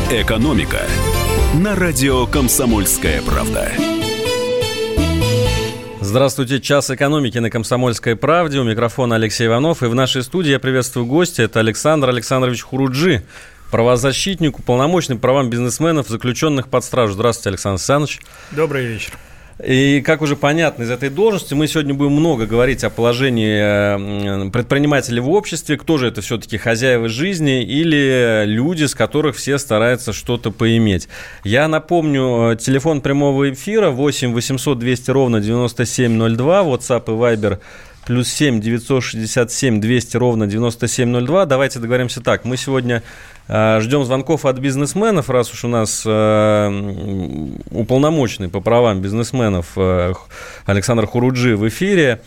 «Экономика» на радио «Комсомольская правда». Здравствуйте, час экономики на «Комсомольской правде». У микрофона Алексей Иванов. И в нашей студии я приветствую гостя. Это Александр Александрович Хуруджи, правозащитник, уполномоченный по правам бизнесменов, заключенных под стражу. Здравствуйте, Александр Александрович. Добрый вечер. И, как уже понятно из этой должности, мы сегодня будем много говорить о положении предпринимателей в обществе. Кто же это все-таки, хозяева жизни или люди, с которых все стараются что-то поиметь? Я напомню, телефон прямого эфира 8 800 200 ровно 9702, WhatsApp и Viber +7 967 200 ровно 9702. Давайте договоримся так. Мы сегодня ждем звонков от бизнесменов, раз уж у нас уполномоченный по правам бизнесменов Александр Хуруджи в эфире.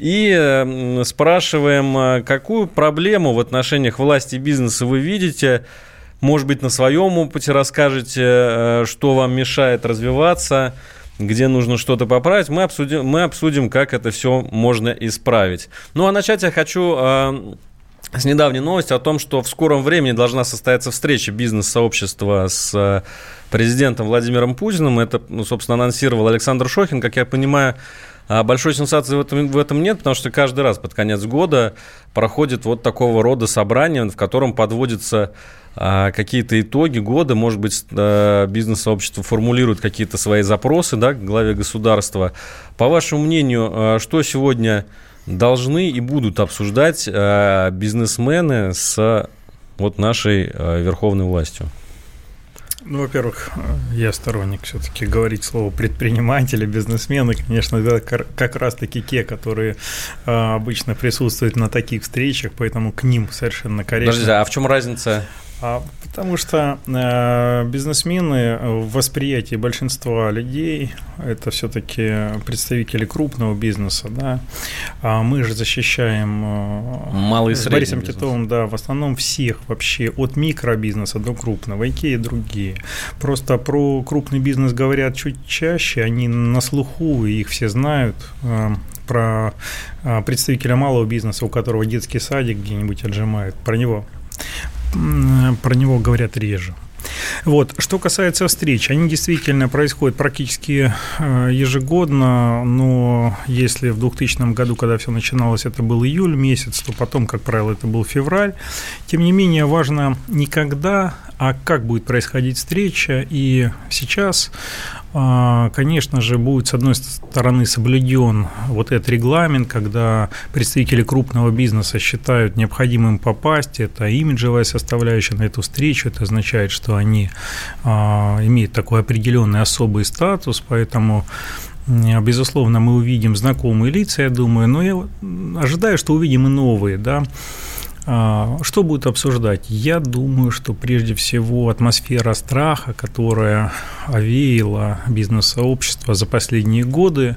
И спрашиваем, какую проблему в отношениях власти и бизнеса вы видите. Может быть, на своем опыте расскажете, что вам мешает развиваться, где нужно что-то поправить. Мы обсудим, как это все можно исправить. Ну, а начать я хочу с недавней новости о том, что в скором времени должна состояться встреча бизнес-сообщества с президентом Владимиром Путиным. Это, собственно, анонсировал Александр Шохин. Как я понимаю, большой сенсации в этом нет, потому что каждый раз под конец года проходит вот такого рода собрание, в котором подводятся какие-то итоги года. Может быть, бизнес-сообщество формулирует какие-то свои запросы, да, к главе государства. По вашему мнению, что сегодня должны и будут обсуждать бизнесмены с вот нашей верховной властью? Ну, во-первых, я сторонник все-таки говорить слово предприниматели, бизнесмены. Конечно, это как раз-таки те, которые обычно присутствуют на таких встречах, поэтому к ним совершенно корректно. Подождите, а в чем разница? Потому что бизнесмены в восприятии большинства людей это все-таки представители крупного бизнеса, да. А мы же защищаем малый и с средний Борисом бизнес. Титовым, да, в основном всех вообще, от микробизнеса до крупного, и те, и другие. Просто про крупный бизнес говорят чуть чаще, они на слуху, их все знают. Про представителя малого бизнеса, у которого детский садик где-нибудь отжимают, про него говорят реже. Вот. Что касается встреч, они действительно происходят практически ежегодно, но если в 2000 году, когда все начиналось, это был июль месяц, то потом, как правило, это был февраль. Тем не менее, важно не когда, а как будет происходить встреча. И сейчас, конечно же, будет, с одной стороны, соблюден вот этот регламент, когда представители крупного бизнеса считают необходимым попасть. Это имиджевая составляющая на эту встречу. Это означает, что они имеют такой определенный особый статус, поэтому, безусловно, мы увидим знакомые лица, я думаю, но я ожидаю, что увидим и новые, да. Что будут обсуждать? Я думаю, что прежде всего атмосфера страха, которая овеяла бизнес-сообщество за последние годы,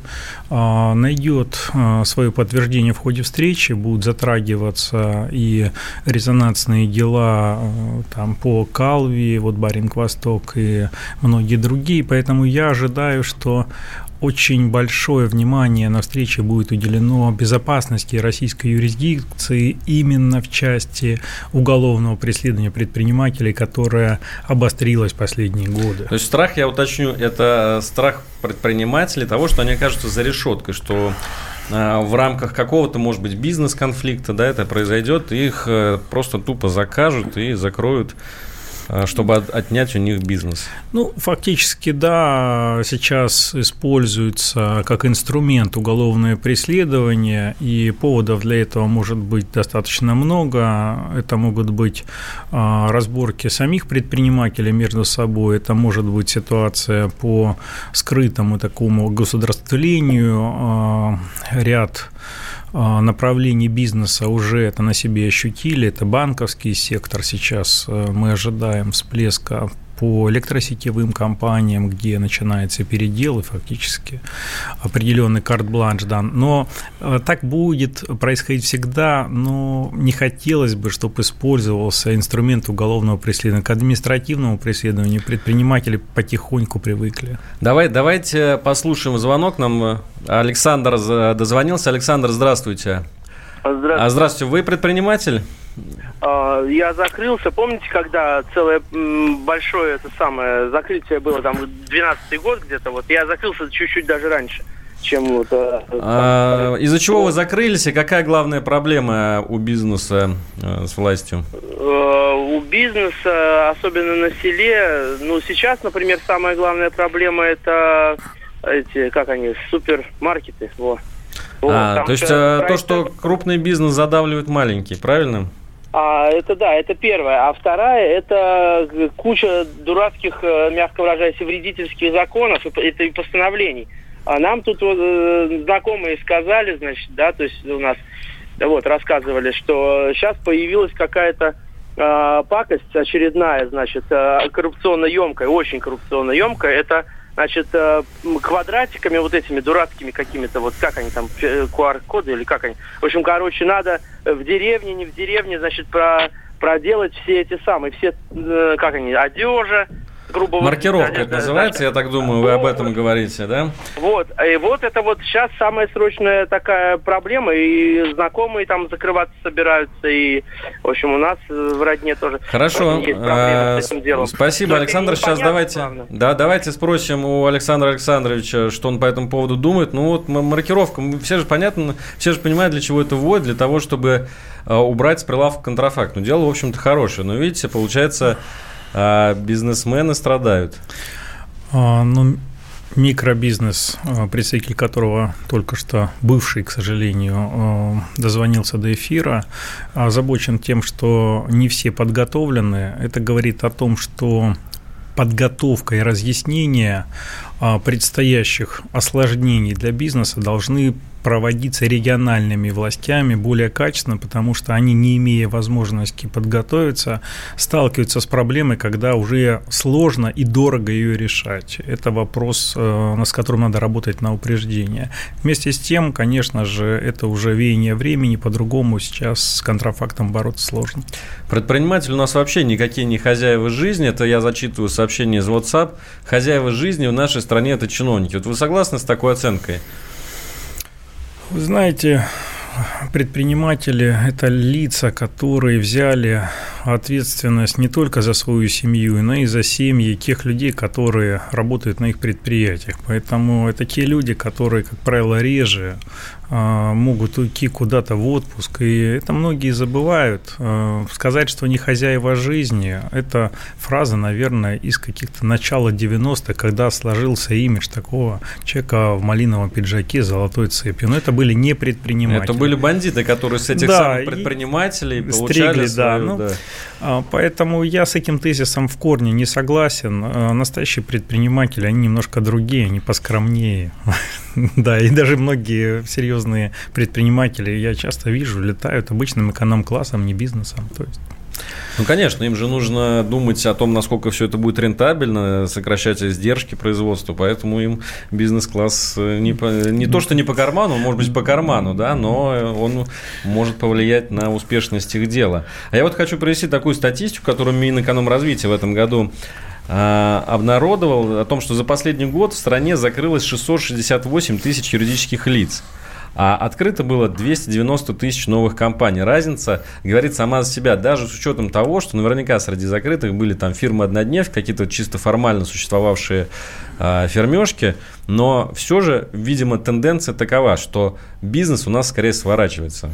найдет свое подтверждение в ходе встречи, будут затрагиваться и резонансные дела там, по Калви, вот Баринг-Восток и многие другие, поэтому я ожидаю, что очень большое внимание на встрече будет уделено безопасности российской юрисдикции именно в части уголовного преследования предпринимателей, которая обострилась в последние годы. То есть страх, я уточню, это страх предпринимателей того, что они окажутся за решеткой, что в рамках какого-то, может быть, бизнес-конфликта, да, это произойдет, и их просто тупо закажут и закроют, чтобы отнять у них бизнес. Ну, фактически, да, сейчас используется как инструмент уголовное преследование, и поводов для этого может быть достаточно много. Это могут быть разборки самих предпринимателей между собой, это может быть ситуация по скрытому такому государствлению, ряд направлений бизнеса уже это на себе ощутили, это банковский сектор, сейчас мы ожидаем всплеска по электросетевым компаниям, где начинается передел и фактически определенный карт-бланш дан. Но так будет происходить всегда, но не хотелось бы, чтобы использовался инструмент уголовного преследования. К административному преследованию предприниматели потихоньку привыкли. Давайте послушаем звонок. Нам Александр дозвонился. Александр, здравствуйте. Здравствуйте. Здравствуйте. Вы предприниматель? я закрылся. Помните, когда целое большое закрытие было, там, 12-й год где-то, вот, я закрылся чуть-чуть даже раньше, чем вот... Из-за чего вы закрылись, и какая главная проблема у бизнеса с властью? У бизнеса, особенно на селе, сейчас, например, самая главная проблема — это супермаркеты, то есть то, что крупный бизнес задавливает маленький, правильно? Это первое. А вторая — это куча дурацких, мягко выражаясь, вредительских законов и постановлений. А нам тут знакомые сказали, то есть у нас рассказывали, что сейчас появилась какая-то пакость очередная, коррупционно-емкая, очень коррупционно-емкая. Это, квадратиками вот этими дурацкими какими-то, как они там, QR-коды или как они. В общем, надо в деревне, не в деревне, проделать все эти самые, одежа, грубо говоря. Маркировка это называется, я так думаю, вы об этом говорите, да? И это сейчас самая срочная такая проблема, и знакомые там закрываться собираются, и, в общем, у нас в родне тоже Хорошо. Есть проблемы с этим делом. Спасибо, Александр. Сейчас давайте спросим у Александра Александровича, что он по этому поводу думает. Маркировка, все же понимают, для чего это вводят, для того, чтобы убрать с прилавка контрафакт. Дело, в общем-то, хорошее, но, видите, получается... бизнесмены страдают. Микробизнес, представитель которого только что бывший, к сожалению, дозвонился до эфира, озабочен тем, что не все подготовлены. Это говорит о том, что подготовка и разъяснение предстоящих осложнений для бизнеса должны проводиться региональными властями более качественно, потому что они, не имея возможности подготовиться, сталкиваются с проблемой, когда уже сложно и дорого ее решать. Это вопрос, с которым надо работать на упреждение. Вместе с тем, конечно же, это уже веяние времени, по-другому сейчас с контрафактом бороться сложно. Предприниматели у нас вообще никакие не хозяева жизни, это я зачитываю сообщение из WhatsApp. Хозяева жизни в нашей стране – это чиновники. Вы согласны с такой оценкой? Вы знаете, предприниматели – это лица, которые взяли ответственность не только за свою семью, но и за семьи тех людей, которые работают на их предприятиях. Поэтому это те люди, которые, как правило, реже могут уйти куда-то в отпуск. И это многие забывают. Сказать, что они хозяева жизни – это фраза, наверное, из каких-то начала 90-х, когда сложился имидж такого человека в малиновом пиджаке с золотой цепью. Но это были не предприниматели. Это были бандиты, которые с этих самых предпринимателей получали свою... Поэтому я с этим тезисом в корне не согласен. Настоящие предприниматели, они немножко другие, они поскромнее. Да, и даже многие серьезные предприниматели, я часто вижу, летают обычным эконом-классом, не бизнесом. То есть... конечно, им же нужно думать о том, насколько все это будет рентабельно, сокращать издержки производства, поэтому им бизнес-класс не то, что не по карману, может быть, по карману, да, но он может повлиять на успешность их дела. А я хочу привести такую статистику, которую Минэкономразвития в этом году обнародовал, о том, что за последний год в стране закрылось 668 тысяч юридических лиц. А открыто было 290 тысяч новых компаний. Разница говорит сама за себя, даже с учетом того, что наверняка среди закрытых были там фирмы-однодневки, какие-то чисто формально существовавшие фермешки, но все же, видимо, тенденция такова, что бизнес у нас скорее сворачивается.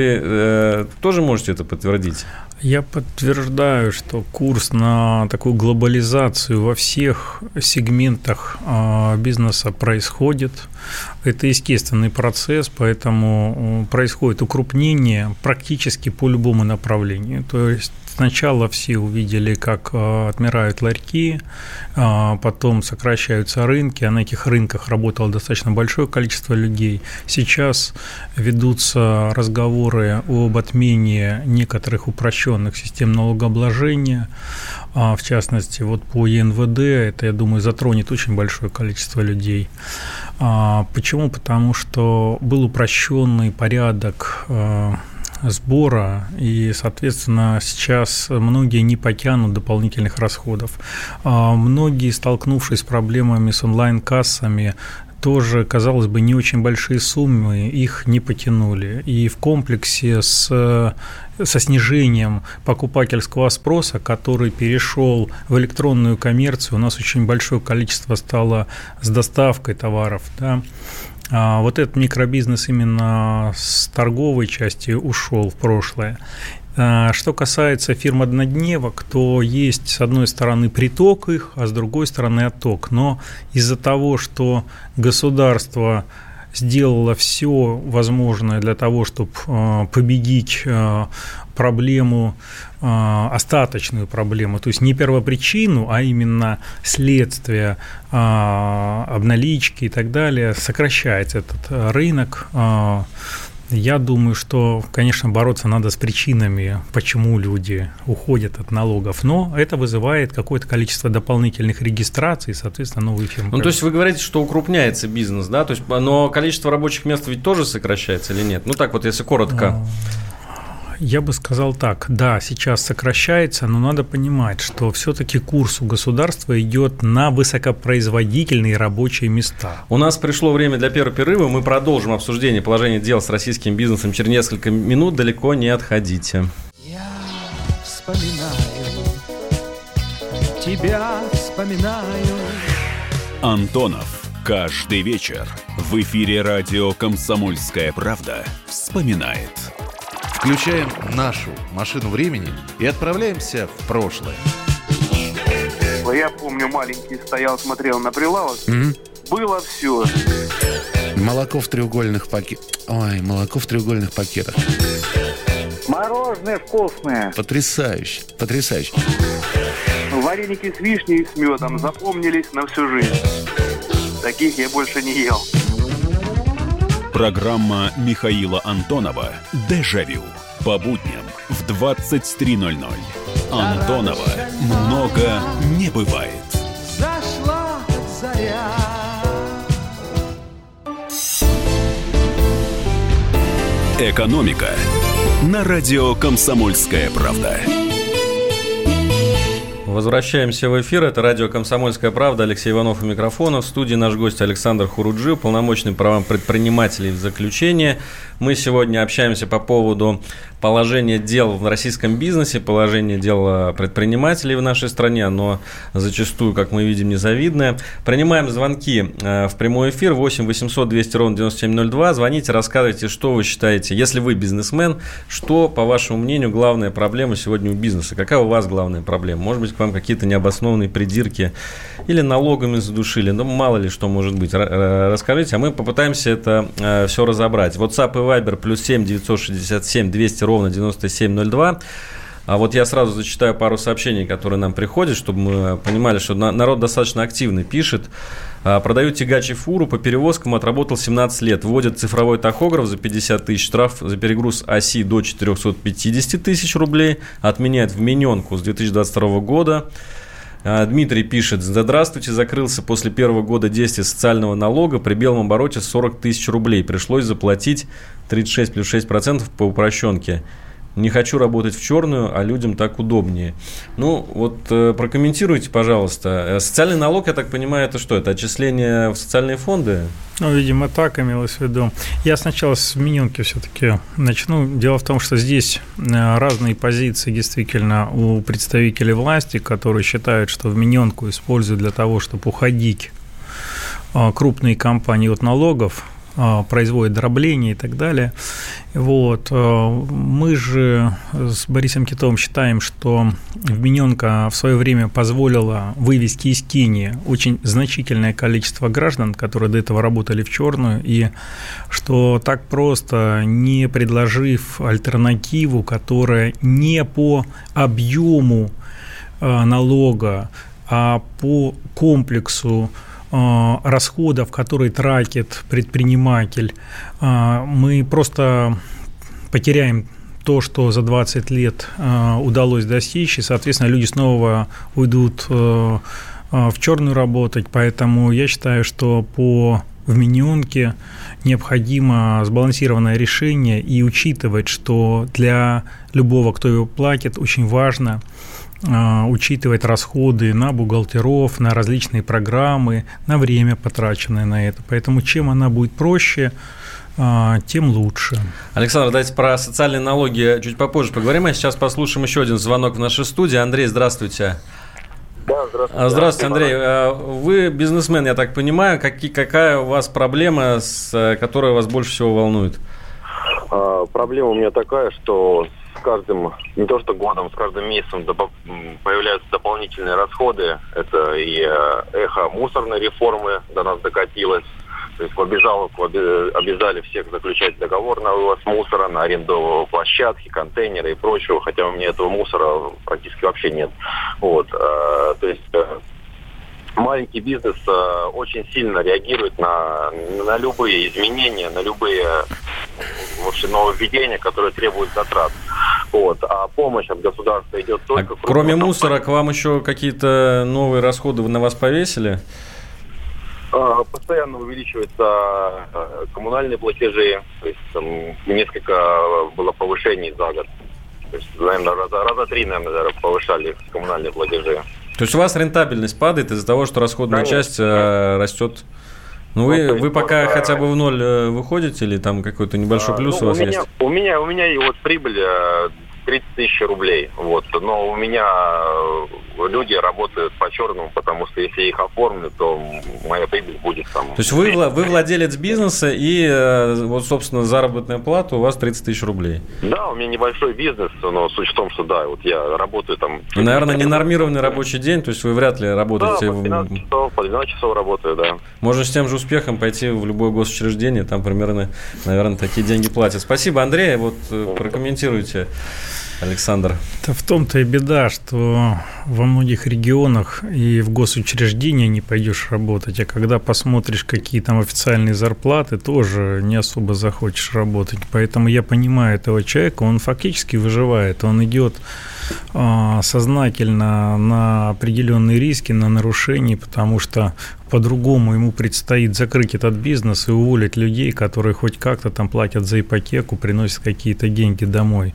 Вы тоже можете это подтвердить? Я подтверждаю, что курс на такую глобализацию во всех сегментах бизнеса происходит. Это естественный процесс, поэтому происходит укрупнение практически по любому направлению. То есть сначала все увидели, как отмирают ларьки, потом сокращаются рынки, а на этих рынках работало достаточно большое количество людей. Сейчас ведутся разговоры об отмене некоторых упрощенных систем налогообложения, в частности, по ЕНВД, это, я думаю, затронет очень большое количество людей. Почему? Потому что был упрощенный порядок сбора, и, соответственно, сейчас многие не потянут дополнительных расходов. Многие, столкнувшись с проблемами с онлайн-кассами, тоже, казалось бы, не очень большие суммы, их не потянули. И в комплексе с со снижением покупательского спроса, который перешел в электронную коммерцию. У нас очень большое количество стало с доставкой товаров, да. Вот этот микробизнес именно с торговой части ушел в прошлое. Что касается фирм-однодневок, то есть, с одной стороны, приток их, а с другой стороны, отток. Но из-за того, что государство сделало все возможное для того, чтобы победить проблему, остаточную проблему, то есть не первопричину, а именно следствие обналички и так далее, сокращается этот рынок. Я думаю, что, конечно, бороться надо с причинами, почему люди уходят от налогов, но это вызывает какое-то количество дополнительных регистраций, соответственно, новые фирмы. Ну, то есть вы говорите, что укрупняется бизнес, да? То есть, но количество рабочих мест ведь тоже сокращается или нет? Ну, так вот, если коротко. Я бы сказал так, да, сейчас сокращается, но надо понимать, что все-таки курс у государства идет на высокопроизводительные рабочие места. У нас пришло время для первого перерыва, мы продолжим обсуждение положения дел с российским бизнесом через несколько минут, далеко не отходите. Я вспоминаю, тебя вспоминаю. Антонов. Каждый вечер в эфире радио «Комсомольская правда» вспоминает. Включаем нашу машину времени и отправляемся в прошлое. Я помню, маленький стоял, смотрел на прилавок. Было все. Молоко в треугольных пакетах. Ой, молоко в треугольных пакетах. Мороженое вкусное. Потрясающе, потрясающе. Вареники с вишней и с медом запомнились на всю жизнь. Таких я больше не ел. Программа Михаила Антонова «Дежавю». По будням в 23:00. Антонова много не бывает. Зашла заря. Экономика на радио «Комсомольская правда». Возвращаемся в эфир. Это радио «Комсомольская правда». Алексей Иванов у микрофона. В студии наш гость Александр Хуруджи, полномочный по правам предпринимателей в заключении. Мы сегодня общаемся по поводу положения дел в российском бизнесе, положение дел предпринимателей в нашей стране. Оно зачастую, как мы видим, незавидное. Принимаем звонки в прямой эфир 8 800 200 ровно 9702. Звоните, рассказывайте, что вы считаете, если вы бизнесмен, что, по вашему мнению, главная проблема сегодня у бизнеса? Какая у вас главная проблема? Может быть, к вам какие-то необоснованные придирки или налогами задушили, ну, мало ли что может быть. Расскажите, а мы попытаемся это все разобрать. WhatsApp и Viber +7 967 200 ровно 9702. А вот я сразу зачитаю пару сообщений, которые нам приходят, чтобы мы понимали, что народ достаточно активно пишет. Продают тягач и фуру, по перевозкам отработал 17 лет. Вводят цифровой тахограф за 50 тысяч, штраф за перегруз оси до 450 тысяч рублей. Отменяют вмененку с 2022 года. Дмитрий пишет: здравствуйте, закрылся после первого года действия социального налога при белом обороте 40 тысяч рублей. Пришлось заплатить 36 плюс 6% по упрощенке. Не хочу работать в черную, а людям так удобнее. Ну, вот прокомментируйте, пожалуйста. Социальный налог, я так понимаю, это что? Это отчисление в социальные фонды? Ну, видимо, так имелось в виду. Я сначала с вмененки все-таки начну. Дело в том, что здесь разные позиции действительно у представителей власти, которые считают, что вмененку используют для того, чтобы уходить крупные компании от налогов, производят дробление и так далее. Вот. Мы же с Борисом Титовым считаем, что вмененка в свое время позволила вывести из тени очень значительное количество граждан, которые до этого работали в черную, и что так просто, не предложив альтернативу, которая не по объему налога, а по комплексу расходов, которые тратит предприниматель, мы просто потеряем то, что за 20 лет удалось достичь, и, соответственно, люди снова уйдут в черную работать. Поэтому я считаю, что по вмененке необходимо сбалансированное решение и учитывать, что для любого, кто его платит, очень важно учитывать расходы на бухгалтеров, на различные программы, на время, потраченное на это. Поэтому чем она будет проще, тем лучше. Александр, давайте про социальные налоги чуть попозже поговорим, а сейчас послушаем еще один звонок в нашей студии. Андрей, здравствуйте. Да, здравствуйте. Здравствуйте, Андрей. Вы бизнесмен, я так понимаю. Какая у вас проблема, которая вас больше всего волнует? Проблема у меня такая, что с каждым, не то что годом, с каждым месяцем появляются дополнительные расходы. Это и эхо мусорной реформы до нас докатилось. То есть в обязаловку обязали всех заключать договор на вывоз мусора, на аренду площадки, контейнеры и прочего, хотя у меня этого мусора практически вообще нет. Вот. То есть маленький бизнес очень сильно реагирует на любые изменения, на любые вообще нововведения, которые требуют затрат. Вот. А помощь от государства идет только... Кроме мусора, к вам еще какие-то новые расходы на вас повесили? Постоянно увеличиваются коммунальные платежи, то есть там несколько было повышений за год. То есть, наверное, раза 3, наверное, повышали коммунальные платежи. То есть у вас рентабельность падает из-за того, что расходная часть растет? Ну, вы пока хотя бы в ноль выходите или там какой-то небольшой плюс у вас есть? У меня и вот прибыль 30 тысяч рублей. Вот. Но у меня люди работают по-черному, потому что если я их оформлю, то моя прибыль будет там... То есть вы владелец бизнеса и, вот, собственно, заработная плата у вас 30 тысяч рублей? Да, у меня небольшой бизнес, но суть в том, что да, вот я работаю там... И, наверное, ненормированный рабочий день, то есть вы вряд ли работаете... Да, по 12 часов работаю, да. Можно с тем же успехом пойти в любое госучреждение, там примерно, наверное, такие деньги платят. Спасибо, Андрей, вот прокомментируйте. Александр. В том-то и беда, что во многих регионах и в госучреждения не пойдешь работать, а когда посмотришь, какие там официальные зарплаты, тоже не особо захочешь работать. Поэтому я понимаю этого человека, он фактически выживает, он идет сознательно на определенные риски, на нарушения, потому что по-другому ему предстоит закрыть этот бизнес и уволить людей, которые хоть как-то там платят за ипотеку, приносят какие-то деньги домой.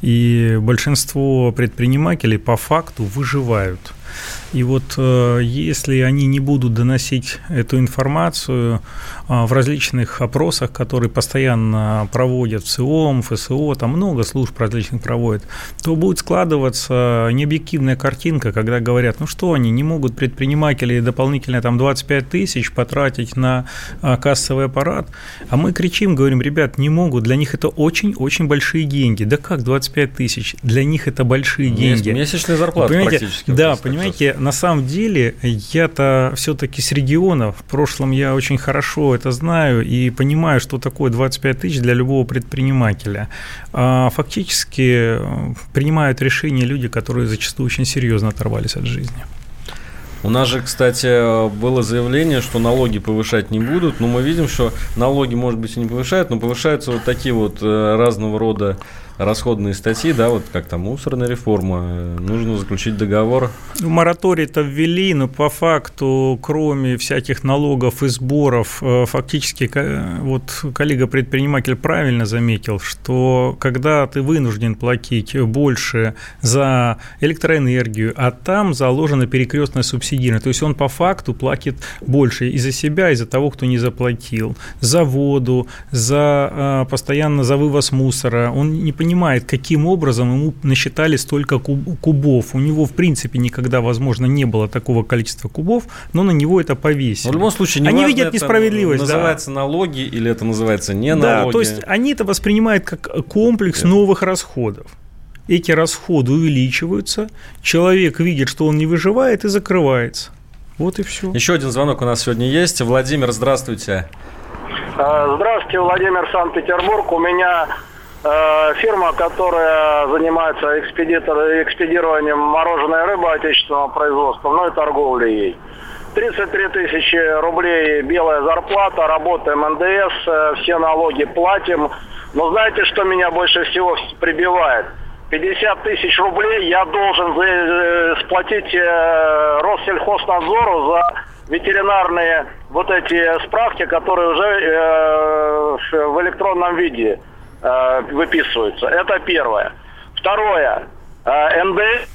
И большинство предпринимателей по факту выживают. И вот если они не будут доносить эту информацию в различных опросах, которые постоянно проводят в ЦИОМ, ФСО, там много служб различных проводят, то будет складываться необъективная картинка, когда говорят, ну что они, не могут предприниматели дополнительно там 25 тысяч потратить на кассовый аппарат, а мы кричим, говорим, ребят, не могут, для них это очень-очень большие деньги. Да как 25 тысяч? Для них это большие деньги. Месячная зарплата практически. Да, понимаете, на самом деле я-то все-таки с региона, в прошлом я очень хорошо это знаю и понимаю, что такое 25 тысяч для любого предпринимателя. Фактически принимают решения люди, которые зачастую очень серьезно оторвались от жизни. У нас же, кстати, было заявление, что налоги повышать не будут, но мы видим, что налоги, может быть, и не повышают, но повышаются вот такие вот разного рода расходные статьи, да, вот как там мусорная реформа, нужно заключить договор. Мораторий-то ввели, но по факту, кроме всяких налогов и сборов, фактически, вот коллега-предприниматель правильно заметил, что когда ты вынужден платить больше за электроэнергию, а там заложена перекрестная субсидирование, то есть он по факту платит больше и за себя, и за того, кто не заплатил, за воду, постоянно за вывоз мусора, он не понимает, каким образом ему насчитали столько кубов. У него, в принципе, никогда, возможно, не было такого количества кубов, но на него это повесили. Но в любом случае, они видят несправедливость. Называется налоги или это называется не налоги. Да, то есть они это воспринимают как комплекс новых расходов. Эти расходы увеличиваются, человек видит, что он не выживает и закрывается. Вот и все. Еще один звонок у нас сегодня есть. Владимир, здравствуйте. Здравствуйте, Владимир, Санкт-Петербург. У меня фирма, которая занимается экспедированием мороженой рыбы отечественного производства, ну и торговлей ей. 33 тысячи рублей белая зарплата, работаем НДС, все налоги платим. Но знаете, что меня больше всего прибивает? 50 тысяч рублей я должен сплатить Россельхознадзору за ветеринарные вот эти справки, которые уже в электронном виде выписываются. Это первое. Второе. НДС.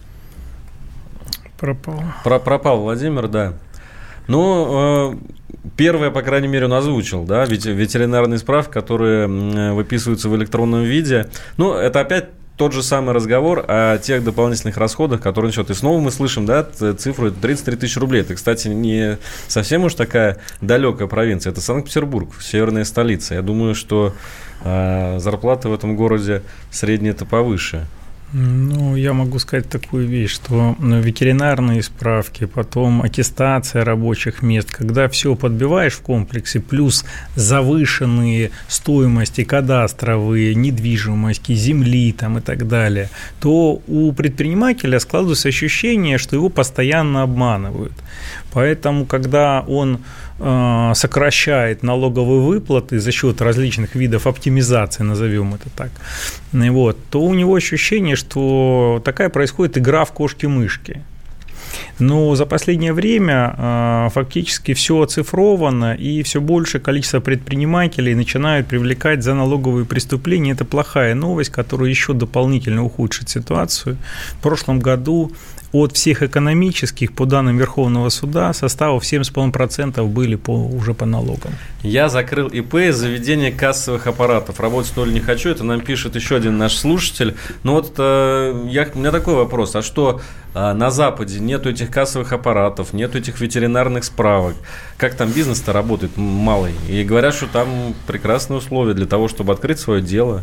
Пропал. Пропал Владимир, да. Ну, Первое, по крайней мере, он озвучил, да, ведь ветеринарные справки, которые выписываются в электронном виде, ну, это опять тот же самый разговор о тех дополнительных расходах, которые несет. И снова мы слышим, да, цифру 33 тысячи рублей. Это, кстати, не совсем уж такая далекая провинция. Это Санкт-Петербург, северная столица. Я думаю, что зарплаты в этом городе средние-то повыше. Ну, я могу сказать такую вещь, что ветеринарные справки, потом аттестация рабочих мест, когда все подбиваешь в комплексе, плюс завышенные стоимости кадастровые, недвижимости, земли там и так далее, то у предпринимателя складывается ощущение, что его постоянно обманывают. Поэтому, когда он сокращает налоговые выплаты за счет различных видов оптимизации, назовем это так, вот, то у него ощущение, что такая происходит игра в кошки-мышки. Но за последнее время фактически все оцифровано, и все большее количество предпринимателей начинают привлекать за налоговые преступления. Это плохая новость, которая еще дополнительно ухудшит ситуацию. В прошлом году от всех экономических, по данным Верховного суда, составов 7,5% были уже по налогам. Я закрыл ИП из-за введения кассовых аппаратов. Работать в ноль не хочу. Это нам пишет еще один наш слушатель. Но вот у меня такой вопрос. А что на Западе нету этих кассовых аппаратов, нету этих ветеринарных справок? Как там бизнес-то работает малый? И говорят, что там прекрасные условия для того, чтобы открыть свое дело.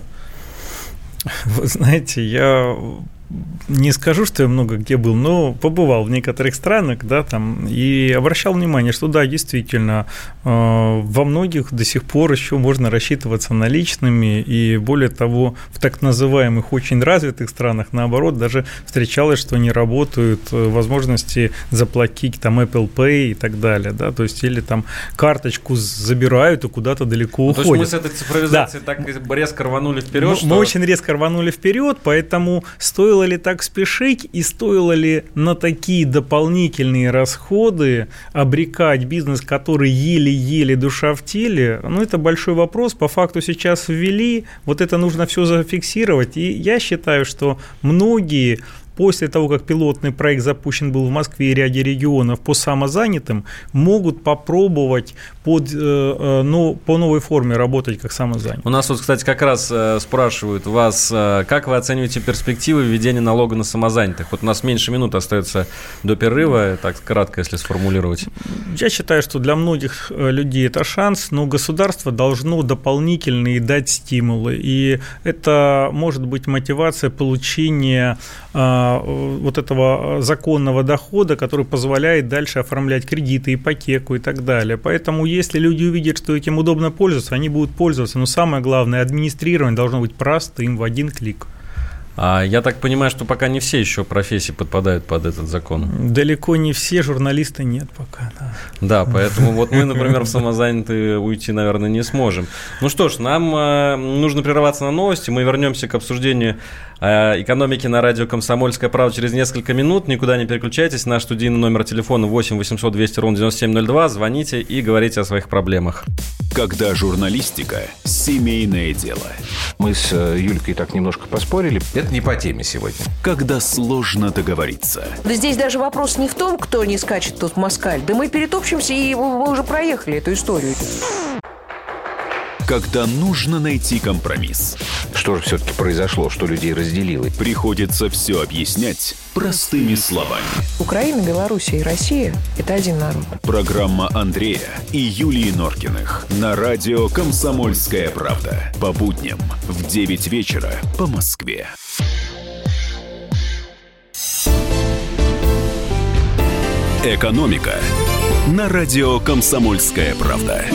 Вы знаете, я не скажу, что я много где был, но побывал в некоторых странах, да, там, и обращал внимание, что да, действительно, во многих до сих пор еще можно рассчитываться наличными, и более того, в так называемых очень развитых странах, наоборот, даже встречалось, что не работают возможности заплатить там Apple Pay и так далее, да, то есть или там карточку забирают и куда-то далеко уходят. То есть мы с этой цифровизацией так резко рванули вперед, мы очень резко рванули вперед, поэтому стоило ли так спешить и стоило ли на такие дополнительные расходы обрекать бизнес, который еле-еле душа в теле? Ну, это большой вопрос. По факту сейчас ввели, вот это нужно все зафиксировать. И я считаю, что многие после того, как пилотный проект запущен был в Москве и ряде регионов по самозанятым, могут попробовать по новой форме работать как самозанятые. У нас вот, кстати, как раз спрашивают вас, как вы оцениваете перспективы введения налога на самозанятых? Вот у нас меньше минут остается до перерыва, так кратко, если сформулировать. Я считаю, что для многих людей это шанс, но государство должно дополнительные дать стимулы, и это может быть мотивация получения вот этого законного дохода, который позволяет дальше оформлять кредиты, ипотеку и так далее. Поэтому, если люди увидят, что этим удобно пользоваться, они будут пользоваться. Но самое главное, администрирование должно быть простым, в один клик. Я так понимаю, что пока не все еще профессии подпадают под этот закон. Далеко не все, журналисты нет пока. Да, поэтому вот мы, например, в самозанятые уйти, наверное, не сможем. Ну что ж, нам нужно прерваться на новости. Мы вернемся к обсуждению экономики на радио «Комсомольская правда» через несколько минут. Никуда не переключайтесь. Наш студийный номер телефона 8 800 200 ровно 9702. Звоните и говорите о своих проблемах. Когда журналистика – семейное дело. Мы с Юлькой так немножко поспорили. Это не по теме сегодня. Когда сложно договориться. Да здесь даже вопрос не в том, кто не скачет тут в москаль. Да мы перетопчемся, и мы уже проехали эту историю. Когда нужно найти компромисс. Что же все-таки произошло, что людей разделило? Приходится все объяснять простыми словами. Украина, Белоруссия и Россия – это один народ. Программа Андрея и Юлии Норкиных на радио «Комсомольская правда». По будням в 9 вечера по Москве. Экономика на радио «Комсомольская правда».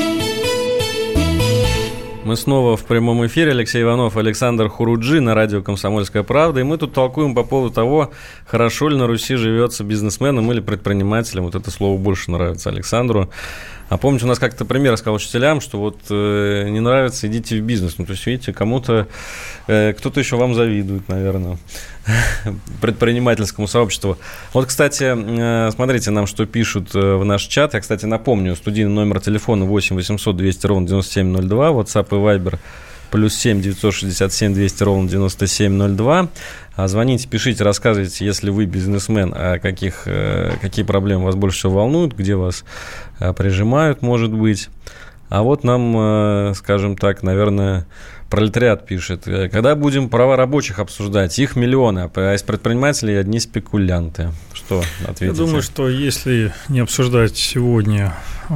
Мы снова в прямом эфире. Алексей Иванов, Александр Хуруджи на радио «Комсомольская правда». И мы тут толкуем по поводу того, хорошо ли на Руси живется бизнесменам или предпринимателям. Вот это слово больше нравится Александру. А помните, у нас как-то пример сказал учителям, что вот не нравится, идите в бизнес. Ну, то есть, видите, кому-то, кто-то еще вам завидует, наверное, предпринимательскому сообществу. Вот, кстати, смотрите, нам что пишут в наш чат. Я, кстати, напомню, студийный номер телефона 8 800 200 ровно 9702, WhatsApp и Viber +7 967 200 ровно 9702. Звоните, пишите, рассказывайте, если вы бизнесмен, какие проблемы вас больше всего волнуют, где вас прижимают, может быть. А вот нам, скажем так, наверное, пролетариат пишет. Когда будем права рабочих обсуждать? Их миллионы, а из предпринимателей одни спекулянты. Что ответите? Я думаю, что если не обсуждать сегодня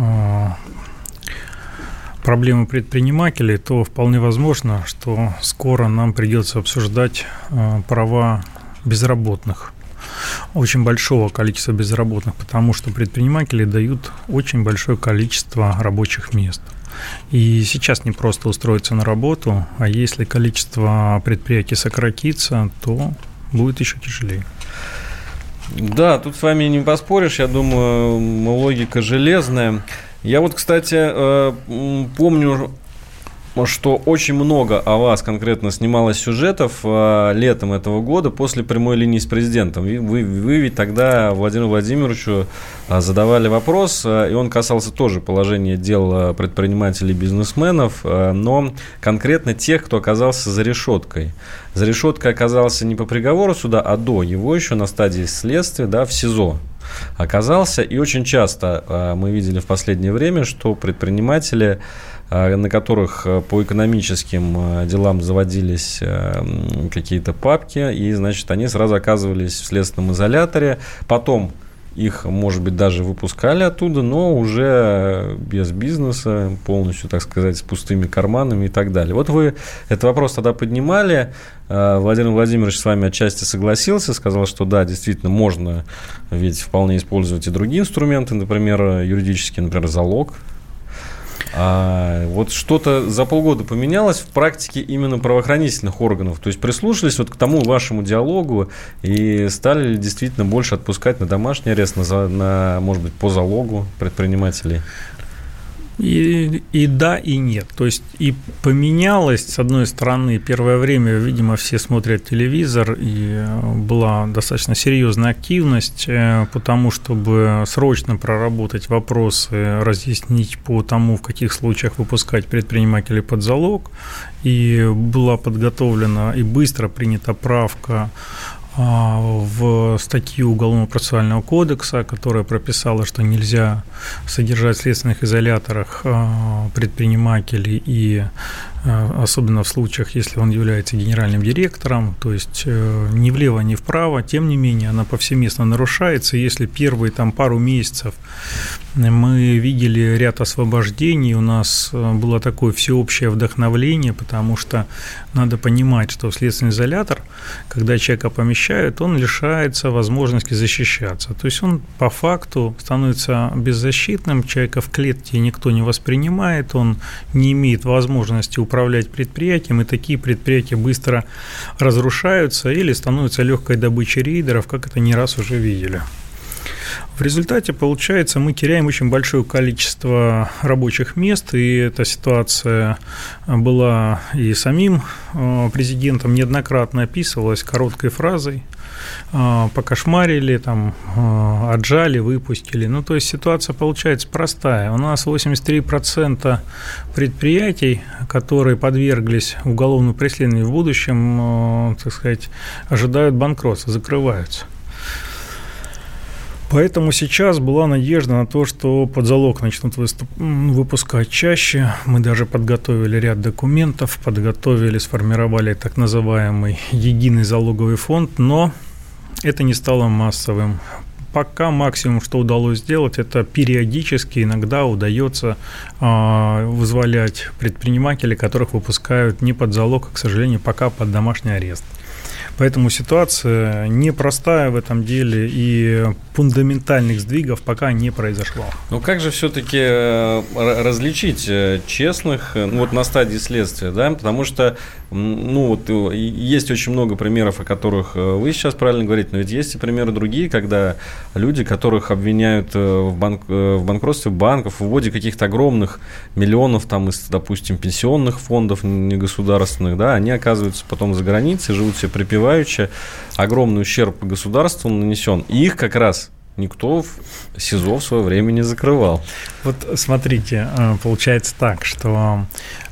проблемы предпринимателей, то вполне возможно, что скоро нам придется обсуждать права безработных. Очень большого количества безработных, потому что предприниматели дают очень большое количество рабочих мест. И сейчас не просто устроиться на работу, а если количество предприятий сократится, то будет еще тяжелее. Да, тут с вами не поспоришь, я думаю, логика железная. Я вот, кстати, помню, что очень много о вас конкретно снималось сюжетов летом этого года после прямой линии с президентом. Вы ведь тогда Владимиру Владимировичу задавали вопрос, и он касался тоже положения дел предпринимателей и бизнесменов, но конкретно тех, кто оказался за решеткой. За решеткой оказался не по приговору суда, а до его еще на стадии следствия, да, в СИЗО оказался. И очень часто мы видели в последнее время, что предприниматели, на которых по экономическим делам заводились какие-то папки, и, значит, они сразу оказывались в следственном изоляторе. Потом их, может быть, даже выпускали оттуда, но уже без бизнеса, полностью, так сказать, с пустыми карманами и так далее. Вот вы этот вопрос тогда поднимали. Владимир Владимирович с вами отчасти согласился, сказал, что да, действительно, можно ведь вполне использовать и другие инструменты, например, юридические, например, залог. Вот что-то за полгода поменялось в практике именно правоохранительных органов? То есть прислушались вот к тому вашему диалогу и стали ли действительно больше отпускать на домашний арест, может быть, по залогу предпринимателей? И да, и нет. То есть и поменялось, с одной стороны, первое время, видимо, все смотрят телевизор, и была достаточно серьезная активность по тому, чтобы срочно проработать вопросы, разъяснить по тому, в каких случаях выпускать предпринимателей под залог. И была подготовлена и быстро принята правка в статью Уголовно-процессуального кодекса, которая прописала, что нельзя содержать в следственных изоляторах предпринимателей, и особенно в случаях, если он является генеральным директором, то есть ни влево, ни вправо, тем не менее она повсеместно нарушается. Если первые пару месяцев мы видели ряд освобождений, у нас было такое всеобщее вдохновление, потому что надо понимать, что в следственный изолятор, когда человека помещают, он лишается возможности защищаться. То есть он по факту становится беззащитным, человека в клетке никто не воспринимает, он не имеет возможности управлять предприятием, и такие предприятия быстро разрушаются или становятся легкой добычей рейдеров, как это не раз уже видели. В результате, получается, мы теряем очень большое количество рабочих мест, и эта ситуация была и самим президентом неоднократно описывалась короткой фразой: покошмарили, отжали, выпустили. То есть ситуация получается простая. У нас 83% предприятий, которые подверглись уголовному преследованию в будущем, так сказать, ожидают банкротства, закрываются. Поэтому сейчас была надежда на то, что под залог начнут выпускать чаще. Мы даже подготовили ряд документов, сформировали так называемый единый залоговый фонд, но это не стало массовым. Пока максимум, что удалось сделать, это периодически иногда удается вызволять предпринимателей, которых выпускают не под залог, а, к сожалению, пока под домашний арест. Поэтому ситуация непростая в этом деле, и фундаментальных сдвигов пока не произошло. Как же все-таки различить честных на стадии следствия, да? Потому что есть очень много примеров, о которых вы сейчас правильно говорите, но ведь есть и примеры другие, когда люди, которых обвиняют в банкротстве банков, в вводе каких-то огромных миллионов из, допустим, пенсионных фондов негосударственных, да, они оказываются потом за границей, живут себе припеваючи, огромный ущерб государству нанесен, и их как раз никто в СИЗО в свое время не закрывал. Вот смотрите, получается так, что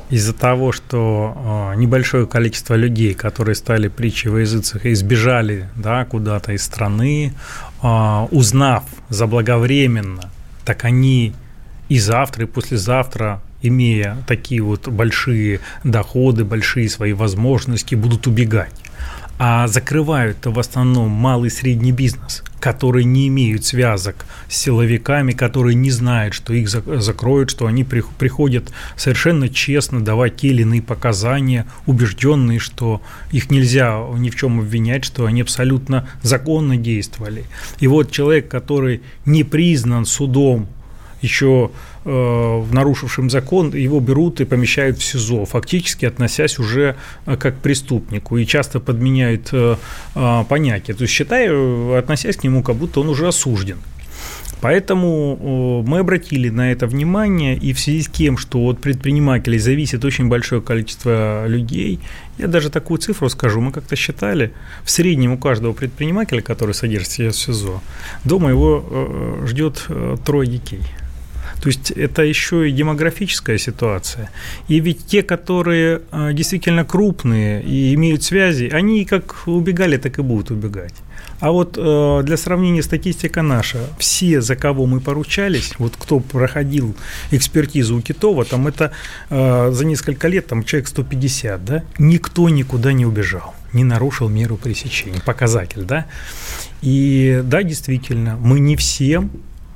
из-за того, что небольшое количество людей, которые стали притчей во языцах и сбежали, да, куда-то из страны, узнав заблаговременно, так они и завтра, и послезавтра, имея такие вот большие доходы, большие свои возможности, будут убегать. А закрывают-то в основном малый и средний бизнес, которые не имеют связок с силовиками, которые не знают, что их закроют, что они приходят совершенно честно давать те или иные показания, убежденные, что их нельзя ни в чем обвинять, что они абсолютно законно действовали. И вот человек, который не признан судом еще нарушившим закон, его берут и помещают в СИЗО, фактически относясь уже как к преступнику, и часто подменяют понятие, то есть относясь к нему, как будто он уже осужден. Поэтому мы обратили на это внимание, и в связи с тем, что от предпринимателей зависит очень большое количество людей, я даже такую цифру скажу, мы как-то считали, в среднем у каждого предпринимателя, который содержится в СИЗО, дома его ждет 3 детей. То есть это еще и демографическая ситуация. И ведь те, которые действительно крупные и имеют связи, они как убегали, так и будут убегать. А вот для сравнения статистика наша, все, за кого мы поручались, вот кто проходил экспертизу у Китова, там это за несколько лет там человек 150, да, никто никуда не убежал, не нарушил меру пресечения, показатель, да. И да, действительно, мы не всем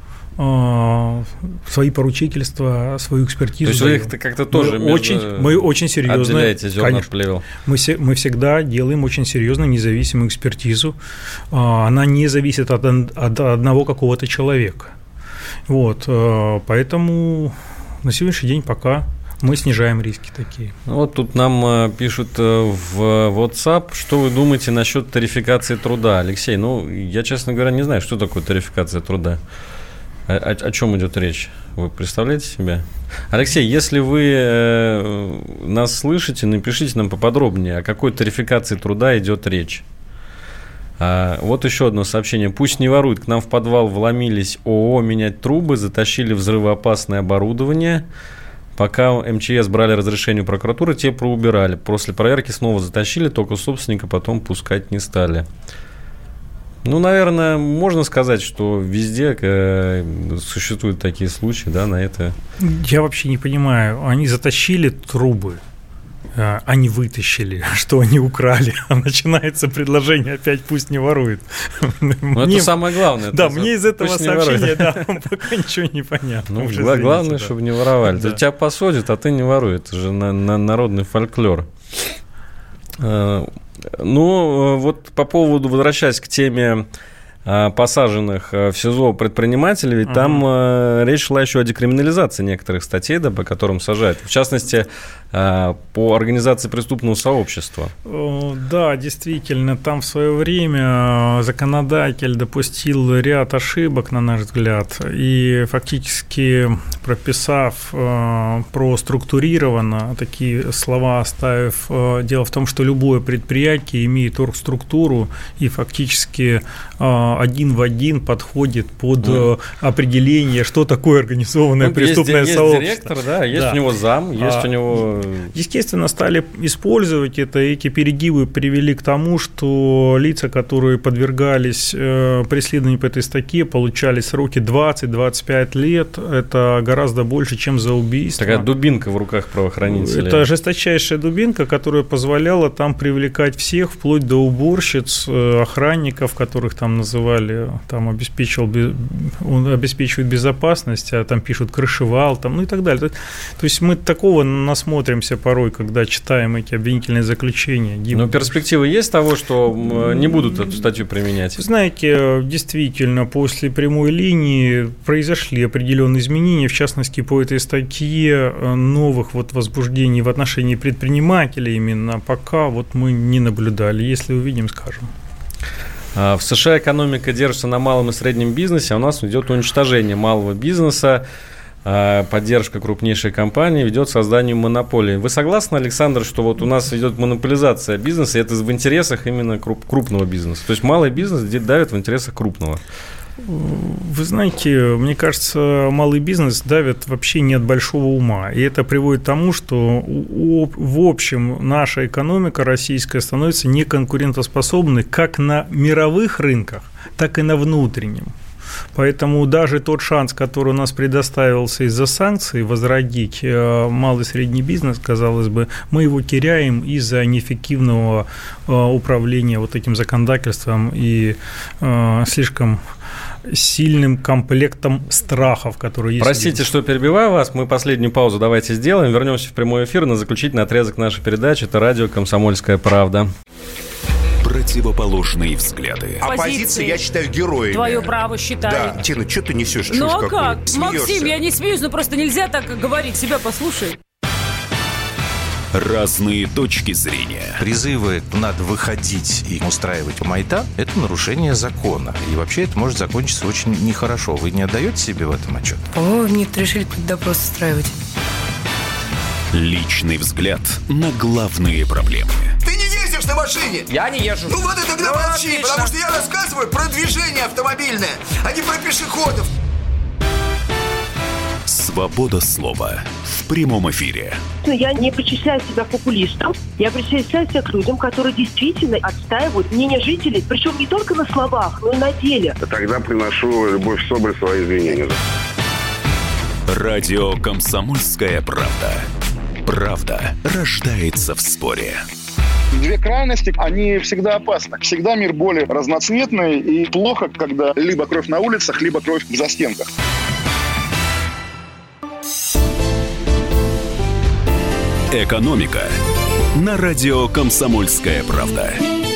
свои поручительства, свою экспертизу. То есть вы их как-то тоже мы очень серьезно отделяете зерна от плевел. Мы всегда делаем очень серьезную независимую экспертизу. Она не зависит от одного какого-то человека. Вот, поэтому на сегодняшний день пока мы снижаем риски такие. Вот тут нам пишут в WhatsApp, что вы думаете насчет тарификации труда. Алексей, я, честно говоря, не знаю, что такое тарификация труда. О чем идет речь? Вы представляете себе? Алексей, если вы нас слышите, напишите нам поподробнее, о какой тарификации труда идет речь. Вот еще одно сообщение. Пусть не воруют. К нам в подвал вломились ООО менять трубы, затащили взрывоопасное оборудование. Пока МЧС брали разрешение у прокуратуры, те проубирали. После проверки снова затащили, только собственника потом пускать не стали. Наверное, можно сказать, что везде существуют такие случаи, да, на это. Я вообще не понимаю, они затащили трубы, они вытащили, что они украли, а начинается предложение опять «пусть не ворует». Это самое главное. Да, мне из этого сообщения пока ничего не понятно. Главное, чтобы не воровали. Тебя посадят, а ты не воруй, это же народный фольклор. Вот по поводу, возвращаясь к теме посаженных в СИЗО предпринимателей, ведь там речь шла еще о декриминализации некоторых статей, да, по которым сажают, в частности, по организации преступного сообщества. Да, действительно, там в свое время законодатель допустил ряд ошибок, на наш взгляд, и фактически прописав проструктурированно, такие слова оставив, дело в том, что любое предприятие имеет оргструктуру и фактически один в один подходит под определение, что такое организованное преступное сообщество. Есть директор, да, есть у него зам, есть у него... Естественно, стали использовать это, и эти перегибы привели к тому, что лица, которые подвергались преследованию по этой статье, получали сроки 20-25 лет. Это гораздо больше, чем за убийство. Такая дубинка в руках правоохранителей. Это жесточайшая дубинка, которая позволяла там привлекать всех, вплоть до уборщиц, охранников, которых там называли, там он обеспечивает безопасность, а там пишут крышевал, там, и так далее. То есть мы такого насмотримся порой, когда читаем эти обвинительные заключения. Но перспективы есть того, что не будут эту статью применять? Знаете, действительно, после прямой линии произошли определенные изменения, в частности, по этой статье новых возбуждений в отношении предпринимателей именно пока мы не наблюдали. Если увидим, скажем. В США экономика держится на малом и среднем бизнесе, а у нас идет уничтожение малого бизнеса. Поддержка крупнейшей компании ведет к созданию монополии. Вы согласны, Александр, что у нас идет монополизация бизнеса, и это в интересах именно крупного бизнеса? То есть малый бизнес давит в интересах крупного? Вы знаете, мне кажется, малый бизнес давит вообще не от большого ума. И это приводит к тому, что в общем наша экономика российская становится неконкурентоспособной как на мировых рынках, так и на внутреннем. Поэтому даже тот шанс, который у нас предоставился из-за санкций, возродить малый и средний бизнес, казалось бы, мы его теряем из-за неэффективного управления вот этим законодательством и слишком сильным комплектом страхов, которые есть. Простите, что перебиваю вас. Мы последнюю паузу давайте сделаем. Вернемся в прямой эфир на заключительный отрезок нашей передачи. Это радио «Комсомольская правда». Противоположные взгляды. Оппозиция, я считаю, героями. Твое право считаю. Да, Тина, что ты несешь? Ну а как? Максим, я не смеюсь, но просто нельзя так говорить. Себя послушай. Разные точки зрения. Призывы «надо выходить и устраивать майдан» – это нарушение закона. И вообще это может закончиться очень нехорошо. Вы не отдаете себе в этом отчет? По-моему, некоторые решили какой-то допрос устраивать. Личный взгляд на главные проблемы. Ты не ездишь на машине? Я не езжу. Ну вот и тогда молчи, отлично. Потому что я рассказываю про движение автомобильное, а не про пешеходов. Свобода слова в прямом эфире. Я не причисляю себя к популистам, я причисляю себя к людям, которые действительно отстаивают мнение жителей, причем не только на словах, но и на деле. Тогда приношу Любовь Соболь свои извинения. Радио «Комсомольская правда». Правда рождается в споре. Две крайности, они всегда опасны. Всегда мир более разноцветный, и плохо, когда либо кровь на улицах, либо кровь в застенках. «Экономика» на радио «Комсомольская правда».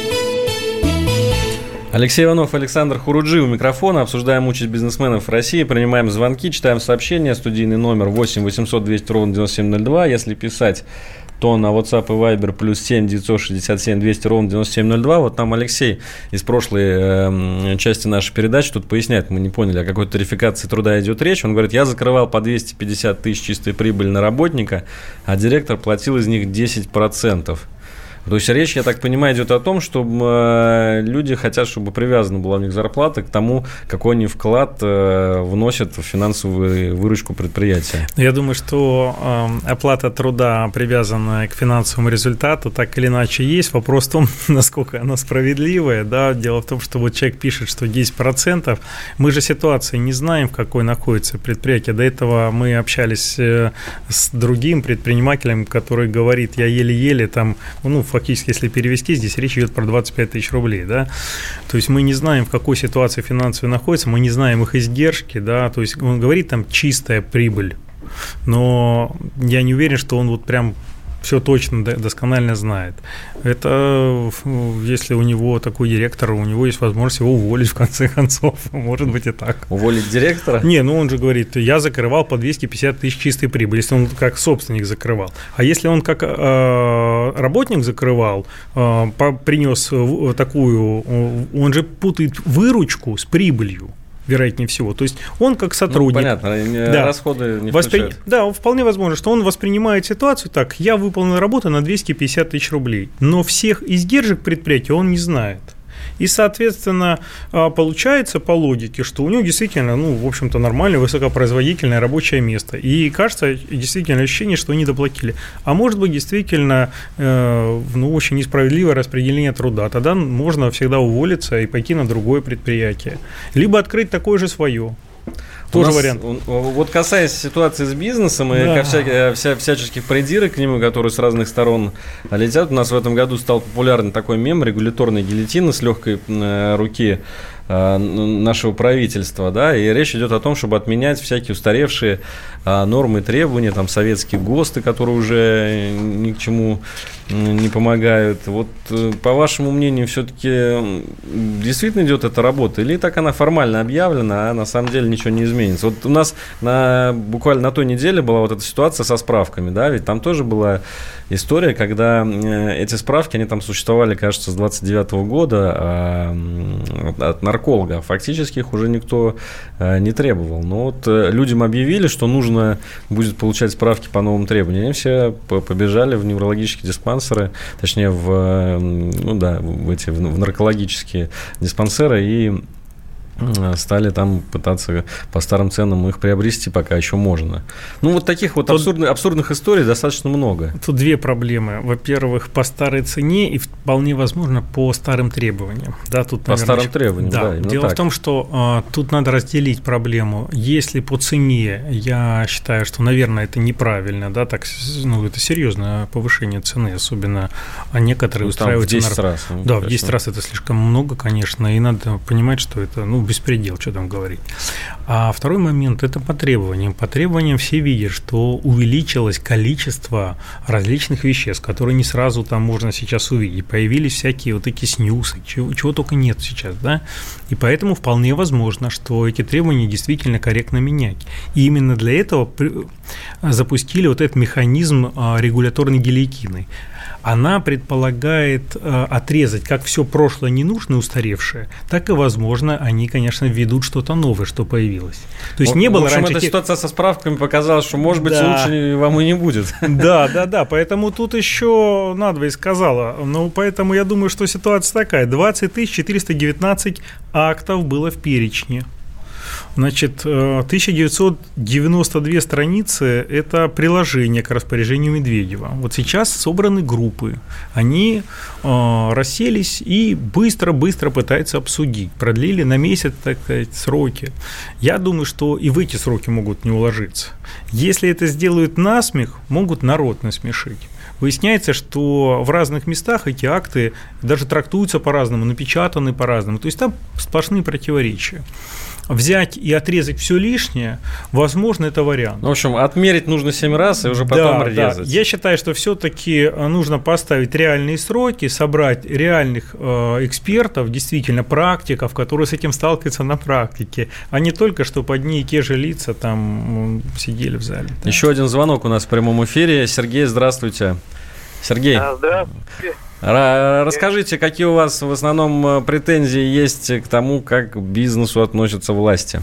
Алексей Иванов, Александр Хуруджи у микрофона. Обсуждаем участь бизнесменов России. Принимаем звонки, читаем сообщения. Студийный номер 8 800 200 ровно 9702. Если писать, то на WhatsApp и Viber +7 967 200 ровно 9702. Вот там Алексей из прошлой части нашей передачи тут поясняет, мы не поняли, о какой тарификации труда идет речь. Он говорит, я закрывал по 250 тысяч чистой прибыли на работника, а директор платил из них 10%. То есть речь, я так понимаю, идет о том, что люди хотят, чтобы привязана была у них зарплата к тому, какой они вклад вносят в финансовую выручку предприятия. Я думаю, что оплата труда, привязанная к финансовому результату, так или иначе есть. Вопрос в том, насколько она справедливая. Да? Дело в том, что вот человек пишет, что 10%. Мы же ситуации не знаем, в какой находится предприятие. До этого мы общались с другим предпринимателем, который говорит, я еле-еле там, фактически, если перевести, здесь речь идет про 25 тысяч рублей, да, то есть мы не знаем, в какой ситуации финансовой находится, мы не знаем их издержки, да, то есть он говорит там чистая прибыль, но я не уверен, что он вот прям все точно, досконально знает. Это если у него такой директор, у него есть возможность его уволить в конце концов. Может быть и так. Уволить директора? Не, он же говорит, я закрывал по 250 тысяч чистой прибыли, если он как собственник закрывал. А если он как работник закрывал, принес такую, он же путает выручку с прибылью. Вероятнее всего. То есть он как сотрудник... понятно, расходы не включают. Да, вполне возможно, что он воспринимает ситуацию так, я выполнил работу на 250 тысяч рублей, но всех издержек предприятия он не знает. И, соответственно, получается по логике, что у него действительно, в общем-то, нормальное, высокопроизводительное рабочее место. И кажется, действительно, ощущение, что они доплатили. А может быть, действительно, очень несправедливое распределение труда. Тогда можно всегда уволиться и пойти на другое предприятие. Либо открыть такое же свое. Тоже вариант. Вот касаясь ситуации с бизнесом и всяческих придирок к нему, которые с разных сторон летят, у нас в этом году стал популярен такой мем регуляторной гильотины с легкой руки нашего правительства, да, и речь идет о том, чтобы отменять всякие устаревшие нормы и требования, там, советские ГОСТы, которые уже ни к чему не помогают. Вот, по вашему мнению, все-таки действительно идет эта работа, или так она формально объявлена, а на самом деле ничего не изменится? Вот у нас буквально на той неделе была вот эта ситуация со справками, да, ведь там тоже была история, когда эти справки, они там существовали, кажется, с 29 года от нарколога. Фактически их уже никто не требовал. Но вот людям объявили, что нужно будет получать справки по новым требованиям. Они все побежали в неврологические диспансеры, точнее, в наркологические диспансеры и стали там пытаться по старым ценам их приобрести, пока еще можно. Ну, вот таких вот абсурдных историй достаточно много. Тут две проблемы. Во-первых, по старой цене и вполне возможно по старым требованиям. Да, тут, по старым требованиям, да. Дело в том, что тут надо разделить проблему. Если по цене, я считаю, что, наверное, это неправильно, да, так, ну, это серьезное повышение цены, особенно некоторые устраивают... В 10 раз. Да, в 10 раз это слишком много, конечно, и надо понимать, что это, беспредел, что там говорить. А второй момент – это по требованиям. По требованиям все видят, что увеличилось количество различных веществ, которые не сразу там можно сейчас увидеть. Появились всякие вот эти снюсы, чего только нет сейчас, да? И поэтому вполне возможно, что эти требования действительно корректно менять. И именно для этого запустили вот этот механизм регуляторной гильотины. Она предполагает отрезать как все прошлое ненужное, устаревшее, так и, возможно, они, конечно, введут что-то новое, что появилось. То есть не было раньше... В общем, эта ситуация со справками показала, что, может быть, лучше вам и не будет. Да. Поэтому тут еще надвое сказала. Ну, поэтому я думаю, что ситуация такая. 20 419 актов было в перечне. Значит, 1992 страницы – это приложение к распоряжению Медведева. Вот сейчас собраны группы, они расселись и быстро пытаются обсудить. Продлили на месяц, так сказать, сроки. Я думаю, что и в эти сроки могут не уложиться. Если это сделают насмех, могут народ насмешить. Выясняется, что в разных местах эти акты даже трактуются по-разному, напечатаны по-разному. То есть там сплошные противоречия. Взять и отрезать все лишнее, возможно, это вариант. В общем, отмерить нужно 7 раз и уже потом резать. Да. Я считаю, что все-таки нужно поставить реальные сроки, собрать реальных экспертов, действительно практиков, которые с этим сталкиваются на практике, а не только, чтобы одни и те же лица там сидели в зале. Да. Еще один звонок у нас в прямом эфире. Сергей, здравствуйте. Сергей. Здравствуйте. Расскажите, какие у вас в основном претензии есть к тому, как к бизнесу относятся власти?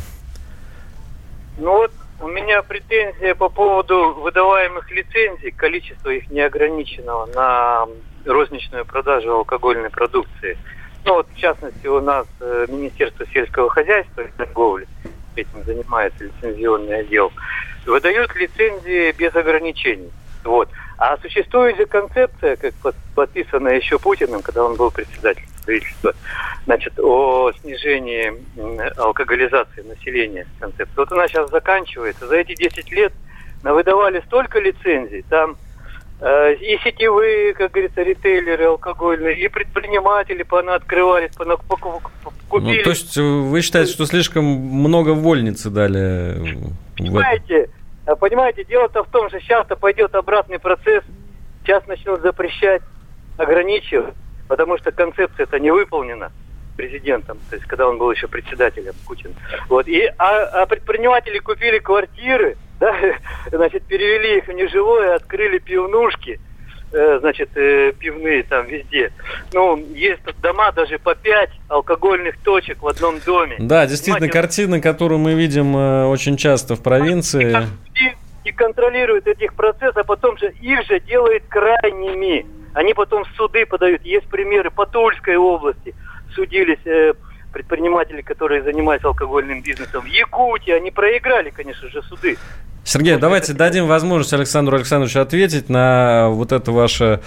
Ну вот у меня претензия по поводу выдаваемых лицензий, количество их неограниченного на розничную продажу алкогольной продукции. Ну вот в частности у нас Министерство сельского хозяйства и торговли этим занимается, лицензионный отдел, выдают лицензии без ограничений. Вот. А существует же концепция, как подписанная еще Путиным, когда он был председателем правительства, значит, о снижении алкоголизации населения. Концепция. Вот она сейчас заканчивается. За эти 10 лет навыдавали столько лицензий, там и сетевые, как говорится, ритейлеры алкогольные, и предприниматели понаоткрывались, купили. Ну, то есть вы считаете, что слишком много вольницы дали? Понимаете, дело-то в том, что сейчас-то пойдет обратный процесс, сейчас начнут запрещать, ограничивать, потому что концепция-то не выполнена президентом, то есть когда он был еще председателем, Путин. Вот. А предприниматели купили квартиры, да, значит, перевели их в нежилое, открыли пивнушки, значит, пивные там везде. Ну, есть дома даже по 5 алкогольных точек в одном доме. Да, действительно, картина, которую мы видим очень часто в провинции. И контролируют этих процессов, а потом же их же делают крайними. Они потом в суды подают. Есть примеры по Тульской области. Судились предприниматели, которые занимались алкогольным бизнесом. В Якутии они проиграли, конечно же, суды. Сергей, давайте дадим возможность Александру Александровичу ответить на вот это ваше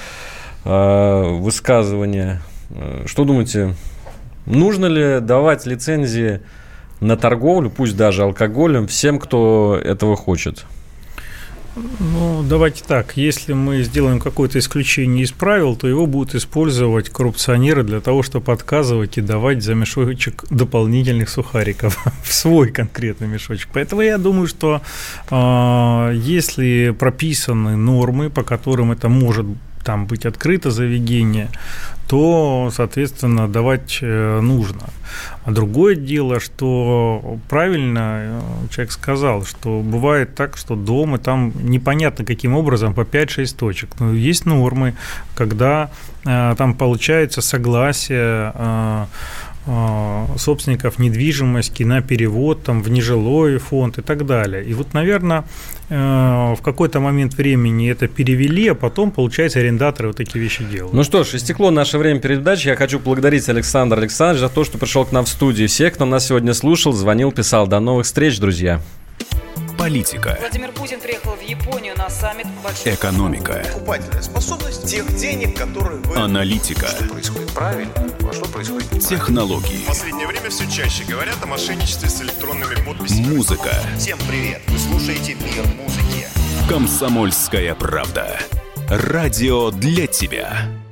высказывание. Что думаете, нужно ли давать лицензии на торговлю, пусть даже алкоголем, всем, кто этого хочет? Ну, давайте так. Если мы сделаем какое-то исключение из правил, то его будут использовать коррупционеры для того, чтобы отказывать и давать за мешочек дополнительных сухариков в свой конкретный мешочек. Поэтому я думаю, что если прописаны нормы, по которым это может там быть открыто заведение, то, соответственно, давать нужно. А другое дело, что правильно человек сказал, что бывает так, что дома там непонятно каким образом по 5-6 точек. Но есть нормы, когда там получается согласие собственников недвижимости на перевод там, в нежилой фонд и так далее. И вот, наверное, в какой-то момент времени это перевели, а потом, получается, арендаторы вот такие вещи делают. Ну что ж, истекло наше время передачи. Я хочу поблагодарить Александра Александровича за то, что пришел к нам в студию. Всех, кто нас сегодня слушал, звонил, писал. До новых встреч, друзья. Политика. Владимир Путин приехал в Японию на саммит. Экономика. Покупательная способность тех денег, которые вы... Аналитика. Что происходит правильно, а что происходит неправильно. Технологии. В последнее время все чаще говорят о мошенничестве с электронными подписями. Музыка. Всем привет! Вы слушаете «Мир музыки». Комсомольская правда. Радио для тебя.